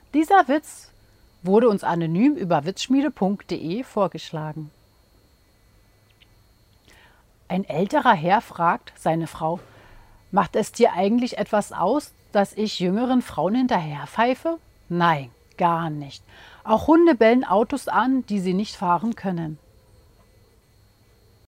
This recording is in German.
Dieser Witz wurde uns anonym über witzschmiede.de vorgeschlagen. Ein älterer Herr fragt seine Frau: Macht es dir eigentlich etwas aus, dass ich jüngeren Frauen hinterherpfeife? Nein, gar nicht. Auch Hunde bellen Autos an, die sie nicht fahren können.